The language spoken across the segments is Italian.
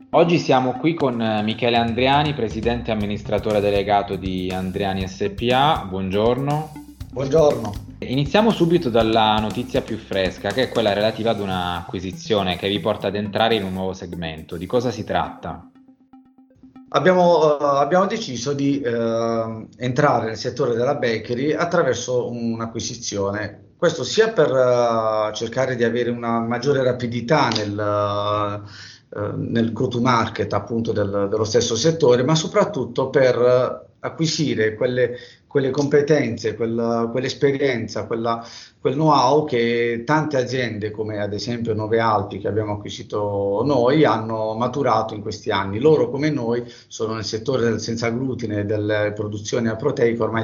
Oggi siamo qui con Michele Andriani, presidente e amministratore delegato di Andriani SPA. Buongiorno. Buongiorno. Iniziamo subito dalla notizia più fresca, che è quella relativa ad un'acquisizione che vi porta ad entrare in un nuovo segmento. Di cosa si tratta? Abbiamo deciso di entrare nel settore della bakery attraverso un'acquisizione. Questo sia per cercare di avere una maggiore rapidità nel go-to-market appunto dello stesso settore, ma soprattutto per acquisire quelle competenze, quell'esperienza, quel know-how che tante aziende, come ad esempio Nove Alpi, che abbiamo acquisito noi, hanno maturato in questi anni. Loro, come noi, sono nel settore del senza glutine e delle produzioni a proteico ormai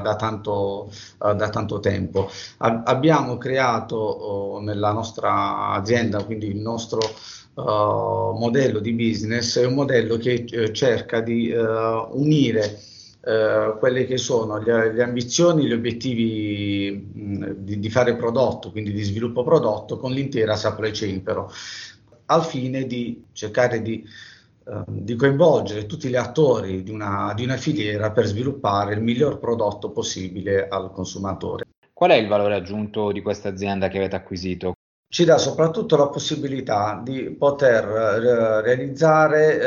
da tanto tempo. Abbiamo creato nella nostra azienda, quindi il nostro modello di business, è un modello che cerca di unire quelle che sono le ambizioni, gli obiettivi di fare prodotto, quindi di sviluppo prodotto, con l'intera supply chain però, al fine di cercare di coinvolgere tutti gli attori di una filiera per sviluppare il miglior prodotto possibile al consumatore. Qual è il valore aggiunto di questa azienda che avete acquisito? Ci dà soprattutto la possibilità di poter realizzare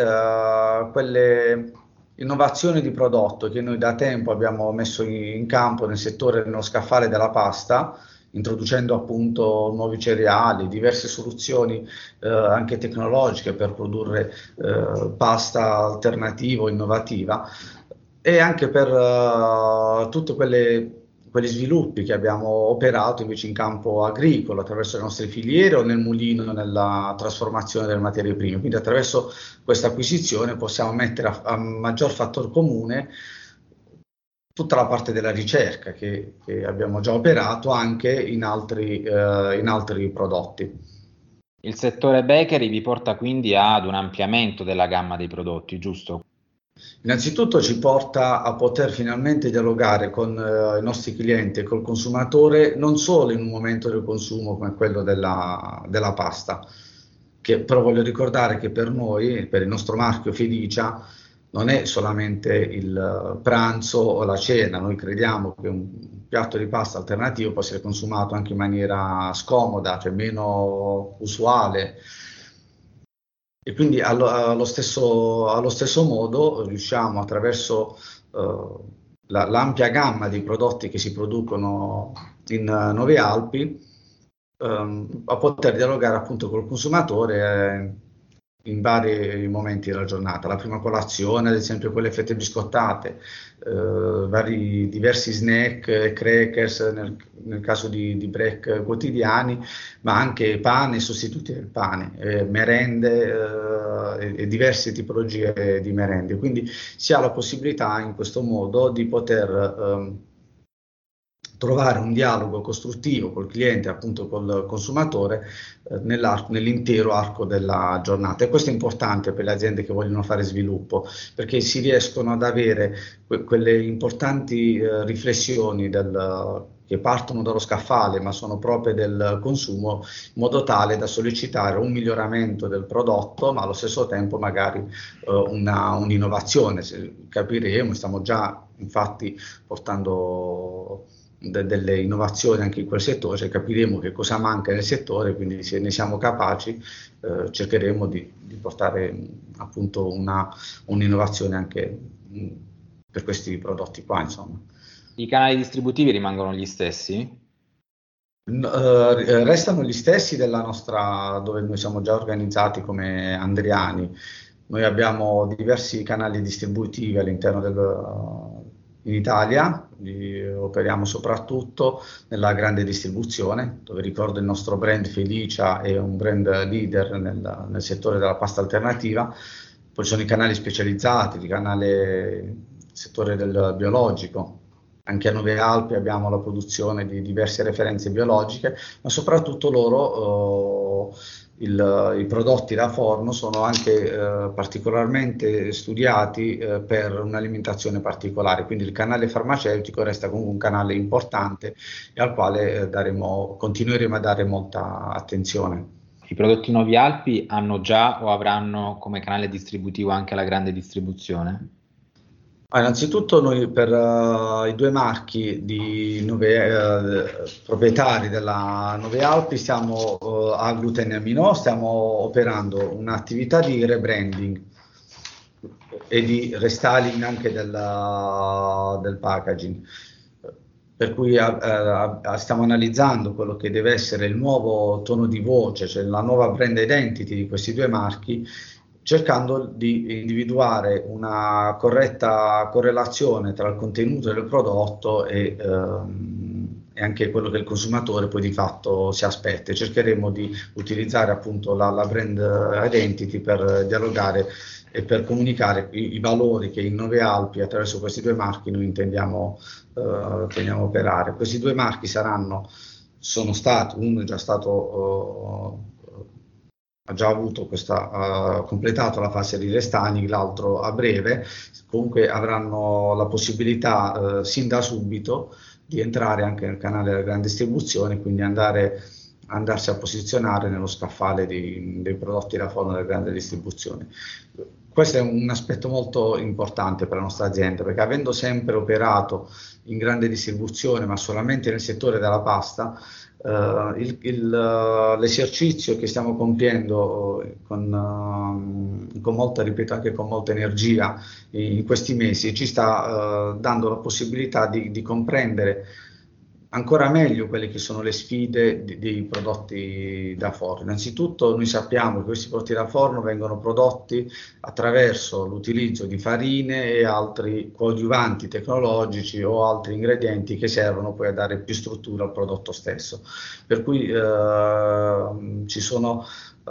quelle innovazioni di prodotto che noi da tempo abbiamo messo in campo nel settore dello scaffale della pasta, introducendo appunto nuovi cereali, diverse soluzioni anche tecnologiche per produrre pasta alternativa, innovativa e anche per tutte quegli sviluppi che abbiamo operato invece in campo agricolo, attraverso le nostre filiere o nel mulino, nella trasformazione delle materie prime. Quindi attraverso questa acquisizione possiamo mettere a maggior fattor comune tutta la parte della ricerca che abbiamo già operato anche in altri prodotti. Il settore bakery vi porta quindi ad un ampliamento della gamma dei prodotti, giusto? Innanzitutto ci porta a poter finalmente dialogare con i nostri clienti e col consumatore non solo in un momento del consumo come quello della pasta, che però voglio ricordare che per noi, per il nostro marchio Felicia, non è solamente il pranzo o la cena, noi crediamo che un piatto di pasta alternativo può essere consumato anche in maniera scomoda, cioè meno usuale. E quindi allo stesso modo riusciamo attraverso l'ampia gamma di prodotti che si producono in Nove Alpi a poter dialogare appunto col consumatore in vari momenti della giornata. La prima colazione, ad esempio, con le fette biscottate, vari diversi snack e crackers nel caso di break quotidiani, ma anche pane e sostituti del pane, merende e diverse tipologie di merende. Quindi si ha la possibilità in questo modo di poter trovare un dialogo costruttivo col cliente, appunto col consumatore, nell'intero arco della giornata. E questo è importante per le aziende che vogliono fare sviluppo, perché si riescono ad avere quelle importanti riflessioni che partono dallo scaffale, ma sono proprie del consumo, in modo tale da sollecitare un miglioramento del prodotto, ma allo stesso tempo magari un'innovazione. Capiremo, stiamo già infatti portando delle innovazioni anche in quel settore, cioè capiremo che cosa manca nel settore, quindi se ne siamo capaci cercheremo di portare appunto un'innovazione anche per questi prodotti qua, insomma. I canali distributivi rimangono gli stessi? Restano gli stessi della nostra, dove noi siamo già organizzati come Andriani. Noi abbiamo diversi canali distributivi all'interno in Italia, operiamo soprattutto nella grande distribuzione, dove ricordo il nostro brand Felicia è un brand leader nel settore della pasta alternativa. Poi ci sono i canali specializzati, il settore del biologico. Anche a Nove Alpi abbiamo la produzione di diverse referenze biologiche, ma soprattutto loro i prodotti da forno sono anche particolarmente studiati per un'alimentazione particolare, quindi il canale farmaceutico resta comunque un canale importante e al quale continueremo a dare molta attenzione. I prodotti Novi Alpi hanno già o avranno come canale distributivo anche la grande distribuzione? Innanzitutto noi per i due marchi proprietari della Nove Alpi stiamo a Gluten e Amino, stiamo operando un'attività di rebranding e di restyling anche del packaging. Per cui stiamo analizzando quello che deve essere il nuovo tono di voce, cioè la nuova brand identity di questi due marchi, cercando di individuare una corretta correlazione tra il contenuto del prodotto e anche quello che il consumatore poi di fatto si aspetta. Cercheremo di utilizzare appunto la brand identity per dialogare e per comunicare i valori che in Nove Alpi attraverso questi due marchi noi intendiamo operare. Questi due marchi sono stati, uno è già stato ha già avuto completato la fase di restyling, l'altro a breve. Comunque avranno la possibilità sin da subito di entrare anche nel canale della grande distribuzione, quindi andarsi a posizionare nello scaffale dei prodotti da forno della grande distribuzione. Questo è un aspetto molto importante per la nostra azienda, perché avendo sempre operato in grande distribuzione, ma solamente nel settore della pasta, l'esercizio che stiamo compiendo con molta, ripeto, anche con molta energia in questi mesi ci sta dando la possibilità di comprendere ancora meglio quelle che sono le sfide dei prodotti da forno. Innanzitutto noi sappiamo che questi prodotti da forno vengono prodotti attraverso l'utilizzo di farine e altri coadiuvanti tecnologici o altri ingredienti che servono poi a dare più struttura al prodotto stesso. Per cui ci sono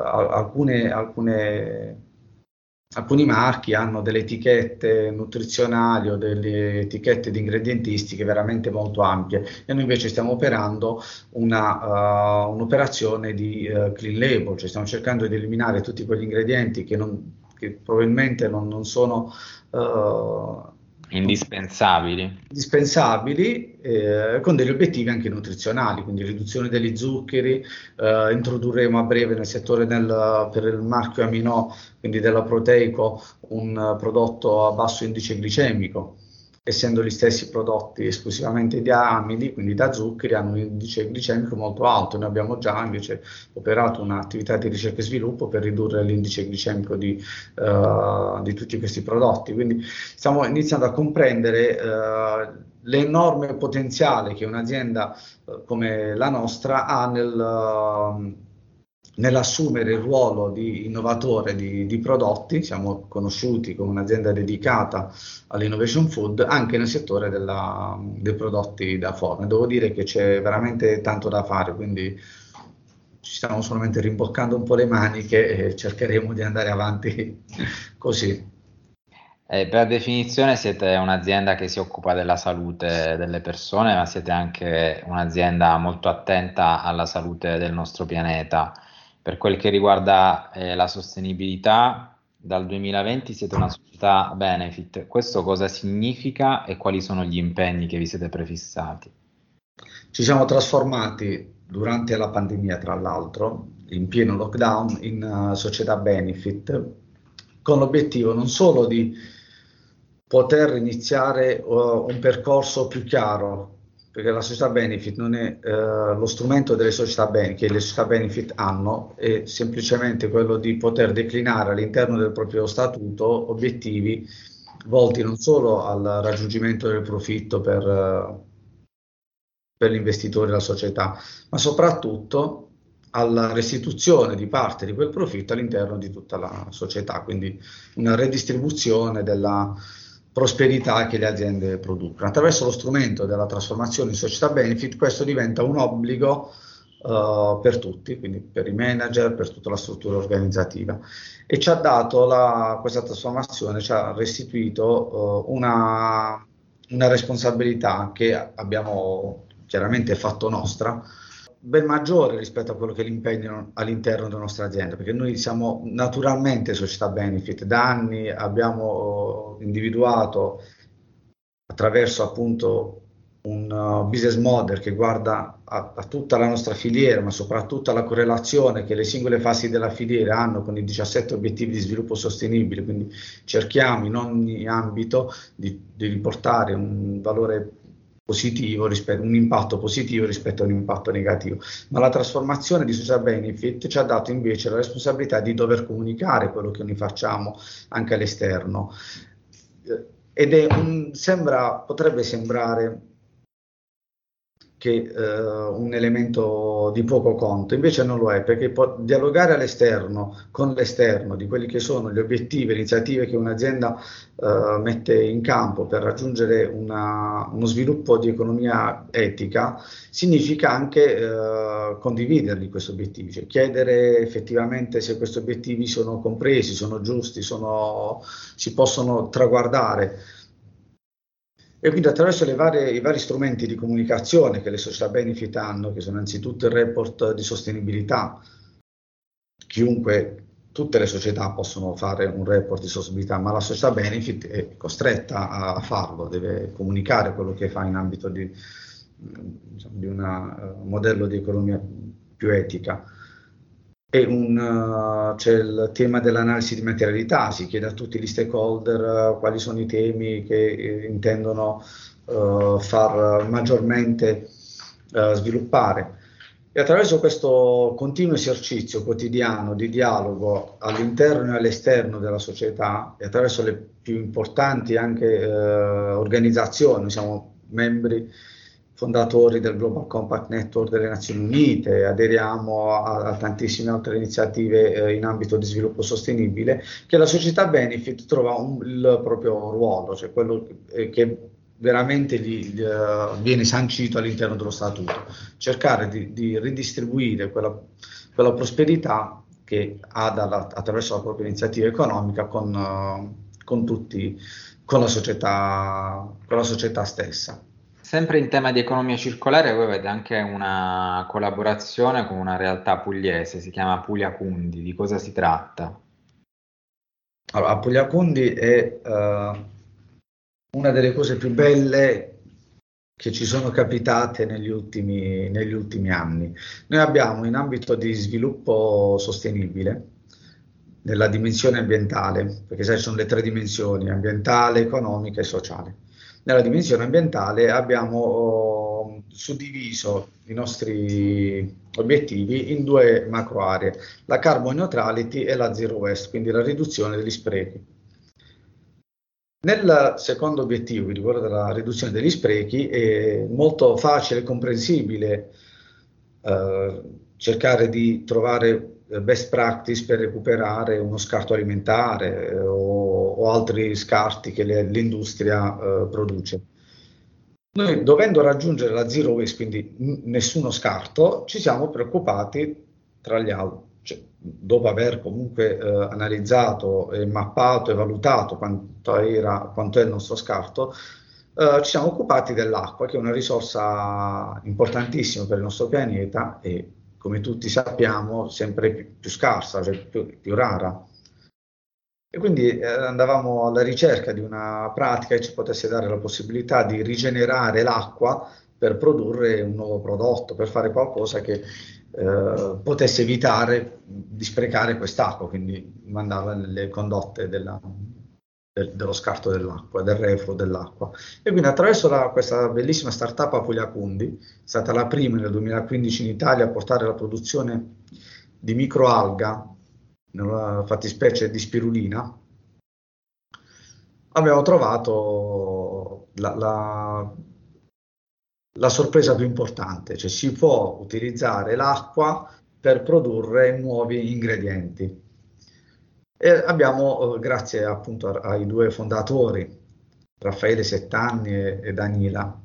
alcuni marchi hanno delle etichette nutrizionali o delle etichette di ingredientistiche veramente molto ampie e noi invece stiamo operando un'operazione di clean label, cioè stiamo cercando di eliminare tutti quegli ingredienti che probabilmente non sono Indispensabili. indispensabili, con degli obiettivi anche nutrizionali, quindi riduzione degli zuccheri. Introdurremo a breve nel settore per il marchio Aminò, quindi della Proteico, un prodotto a basso indice glicemico, essendo gli stessi prodotti esclusivamente di amidi, quindi da zuccheri, hanno un indice glicemico molto alto. Noi abbiamo già invece operato un'attività di ricerca e sviluppo per ridurre l'indice glicemico di tutti questi prodotti. Quindi stiamo iniziando a comprendere l'enorme potenziale che un'azienda come la nostra ha nell'assumere il ruolo di innovatore di prodotti. Siamo conosciuti come un'azienda dedicata all'innovation food anche nel settore dei prodotti da forno. Devo dire che c'è veramente tanto da fare, quindi ci stiamo solamente rimboccando un po' le maniche e cercheremo di andare avanti così. Per definizione siete un'azienda che si occupa della salute delle persone, ma siete anche un'azienda molto attenta alla salute del nostro pianeta. Per quel che riguarda la sostenibilità, dal 2020 siete una società benefit. Questo cosa significa e quali sono gli impegni che vi siete prefissati? Ci siamo trasformati durante la pandemia, tra l'altro, in pieno lockdown, in società benefit, con l'obiettivo non solo di poter iniziare un percorso più chiaro, perché la società benefit non è lo strumento delle società benefit, che le società benefit hanno, è semplicemente quello di poter declinare all'interno del proprio statuto obiettivi volti non solo al raggiungimento del profitto per l'investitore e la società, ma soprattutto alla restituzione di parte di quel profitto all'interno di tutta la società, quindi una redistribuzione della prosperità che le aziende producono. Attraverso lo strumento della trasformazione in società benefit, questo diventa un obbligo per tutti, quindi per i manager, per tutta la struttura organizzativa. E ci ha dato questa trasformazione, ci ha restituito una responsabilità che abbiamo chiaramente fatto nostra, ben maggiore rispetto a quello che è l'impegno all'interno della nostra azienda, perché noi siamo naturalmente società benefit. Da anni abbiamo individuato, attraverso appunto business model che guarda a tutta la nostra filiera, ma soprattutto alla correlazione che le singole fasi della filiera hanno con i 17 obiettivi di sviluppo sostenibile. Quindi cerchiamo in ogni ambito di riportare un valore positivo, un impatto positivo rispetto a un impatto negativo. Ma la trasformazione di social benefit ci ha dato invece la responsabilità di dover comunicare quello che noi facciamo anche all'esterno. Ed è potrebbe sembrare che un elemento di poco conto, invece non lo è, perché dialogare all'esterno, con l'esterno, di quelli che sono gli obiettivi, le iniziative che un'azienda mette in campo per raggiungere uno sviluppo di economia etica, significa anche condividerli questi obiettivi, cioè chiedere effettivamente se questi obiettivi sono compresi, sono giusti, si possono traguardare. E quindi attraverso i vari strumenti di comunicazione che le società benefit hanno, che sono innanzitutto il report di sostenibilità, tutte le società possono fare un report di sostenibilità, ma la società benefit è costretta a farlo, deve comunicare quello che fa in ambito di un modello di economia più etica. C'è il tema dell'analisi di materialità, si chiede a tutti gli stakeholder quali sono i temi che intendono far maggiormente sviluppare. E attraverso questo continuo esercizio quotidiano di dialogo all'interno e all'esterno della società e attraverso le più importanti anche organizzazioni, siamo membri fondatori del Global Compact Network delle Nazioni Unite, aderiamo a tantissime altre iniziative in ambito di sviluppo sostenibile, che la società benefit trova il proprio ruolo, cioè quello che veramente viene sancito all'interno dello statuto, cercare di ridistribuire quella prosperità che ha attraverso la propria iniziativa economica con la società stessa. Sempre in tema di economia circolare, voi avete anche una collaborazione con una realtà pugliese, si chiama Puglia Cundi. Di cosa si tratta? Allora, Puglia Cundi è una delle cose più belle che ci sono capitate negli ultimi anni. Noi abbiamo in ambito di sviluppo sostenibile, nella dimensione ambientale, perché sai, ci sono le tre dimensioni, ambientale, economica e sociale. Nella dimensione ambientale abbiamo suddiviso i nostri obiettivi in due macro aree, la carbon neutrality e la zero waste, quindi la riduzione degli sprechi. Nel secondo obiettivo, quello della riduzione degli sprechi, è molto facile e comprensibile cercare di trovare best practice per recuperare uno scarto alimentare o altri scarti che l'industria produce. Noi, dovendo raggiungere la zero waste, quindi nessuno scarto, ci siamo preoccupati, tra gli altri, cioè, dopo aver comunque analizzato e mappato e valutato quanto è il nostro scarto, ci siamo occupati dell'acqua, che è una risorsa importantissima per il nostro pianeta e, come tutti sappiamo, sempre più scarsa, cioè più rara. E quindi andavamo alla ricerca di una pratica che ci potesse dare la possibilità di rigenerare l'acqua per produrre un nuovo prodotto, per fare qualcosa che potesse evitare di sprecare quest'acqua, quindi mandarla nelle condotte dello scarto dell'acqua, del refluo dell'acqua. E quindi attraverso questa bellissima startup a Puglia Cundi, è stata la prima nel 2015 in Italia a portare la produzione di microalga, nella fattispecie di spirulina, abbiamo trovato la sorpresa più importante, cioè si può utilizzare l'acqua per produrre nuovi ingredienti. E abbiamo, grazie appunto ai due fondatori, Raffaele Settanni e Danila,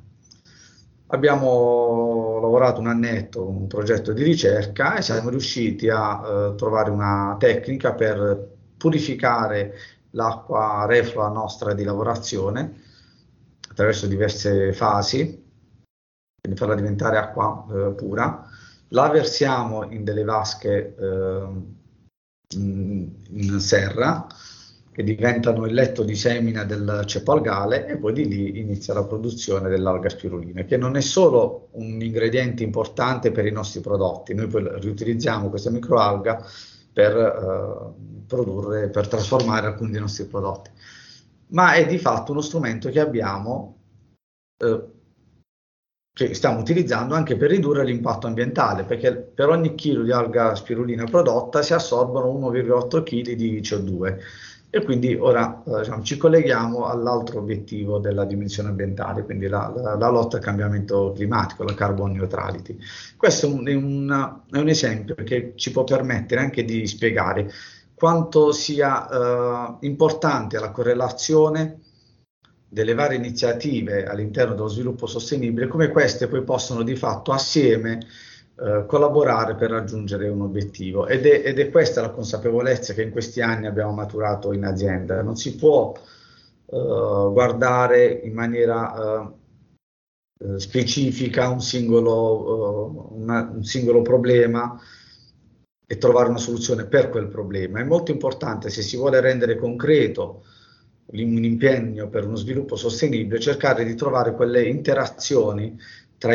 abbiamo lavorato un annetto, un progetto di ricerca e siamo riusciti a trovare una tecnica per purificare l'acqua reflua nostra di lavorazione attraverso diverse fasi, quindi farla diventare acqua pura. La versiamo in delle vasche in serra che diventano il letto di semina del ceppo algale, e poi di lì inizia la produzione dell'alga spirulina, che non è solo un ingrediente importante per i nostri prodotti. Noi poi riutilizziamo questa microalga per trasformare alcuni dei nostri prodotti, ma è di fatto uno strumento che abbiamo, che stiamo utilizzando anche per ridurre l'impatto ambientale, perché per ogni chilo di alga spirulina prodotta si assorbono 1,8 kg di CO2. E quindi ora diciamo, ci colleghiamo all'altro obiettivo della dimensione ambientale, quindi la lotta al cambiamento climatico, la carbon neutrality. Questo è un esempio che ci può permettere anche di spiegare quanto sia importante la correlazione delle varie iniziative all'interno dello sviluppo sostenibile, come queste poi possono di fatto assieme collaborare per raggiungere un obiettivo, ed è questa la consapevolezza che in questi anni abbiamo maturato in azienda. Non si può guardare in maniera specifica un singolo problema e trovare una soluzione per quel problema. È molto importante, se si vuole rendere concreto un impegno per uno sviluppo sostenibile, cercare di trovare quelle interazioni tra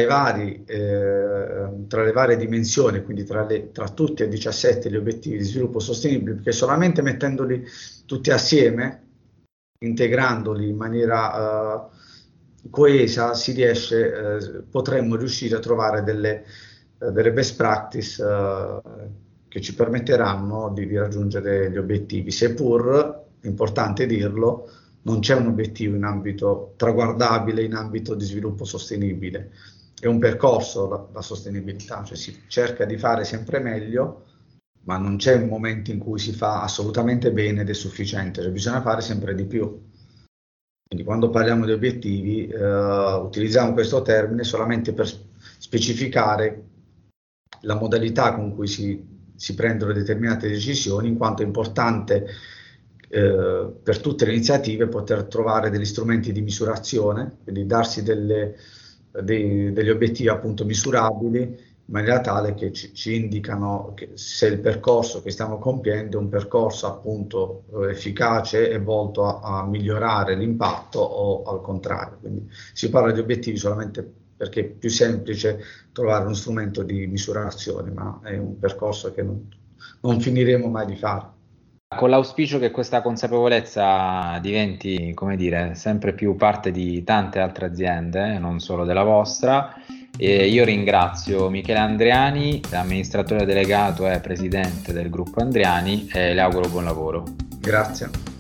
le varie dimensioni, quindi tra tutti e 17 gli obiettivi di sviluppo sostenibile, perché solamente mettendoli tutti assieme, integrandoli in maniera coesa, potremmo riuscire a trovare delle best practice che ci permetteranno di raggiungere gli obiettivi, seppur, importante dirlo, non c'è un obiettivo in ambito traguardabile in ambito di sviluppo sostenibile. È un percorso la sostenibilità, cioè si cerca di fare sempre meglio, ma non c'è un momento in cui si fa assolutamente bene ed è sufficiente, cioè bisogna fare sempre di più. Quindi quando parliamo di obiettivi utilizziamo questo termine solamente per specificare la modalità con cui si prendono determinate decisioni, in quanto è importante per tutte le iniziative poter trovare degli strumenti di misurazione, quindi darsi degli obiettivi appunto misurabili, in maniera tale che ci indicano se il percorso che stiamo compiendo è un percorso appunto efficace e volto a migliorare l'impatto, o al contrario. Quindi si parla di obiettivi solamente perché è più semplice trovare uno strumento di misurazione, ma è un percorso che non finiremo mai di fare. Con l'auspicio che questa consapevolezza diventi, come dire, sempre più parte di tante altre aziende, non solo della vostra, io ringrazio Michele Andriani, amministratore delegato e presidente del gruppo Andriani, e le auguro buon lavoro. Grazie.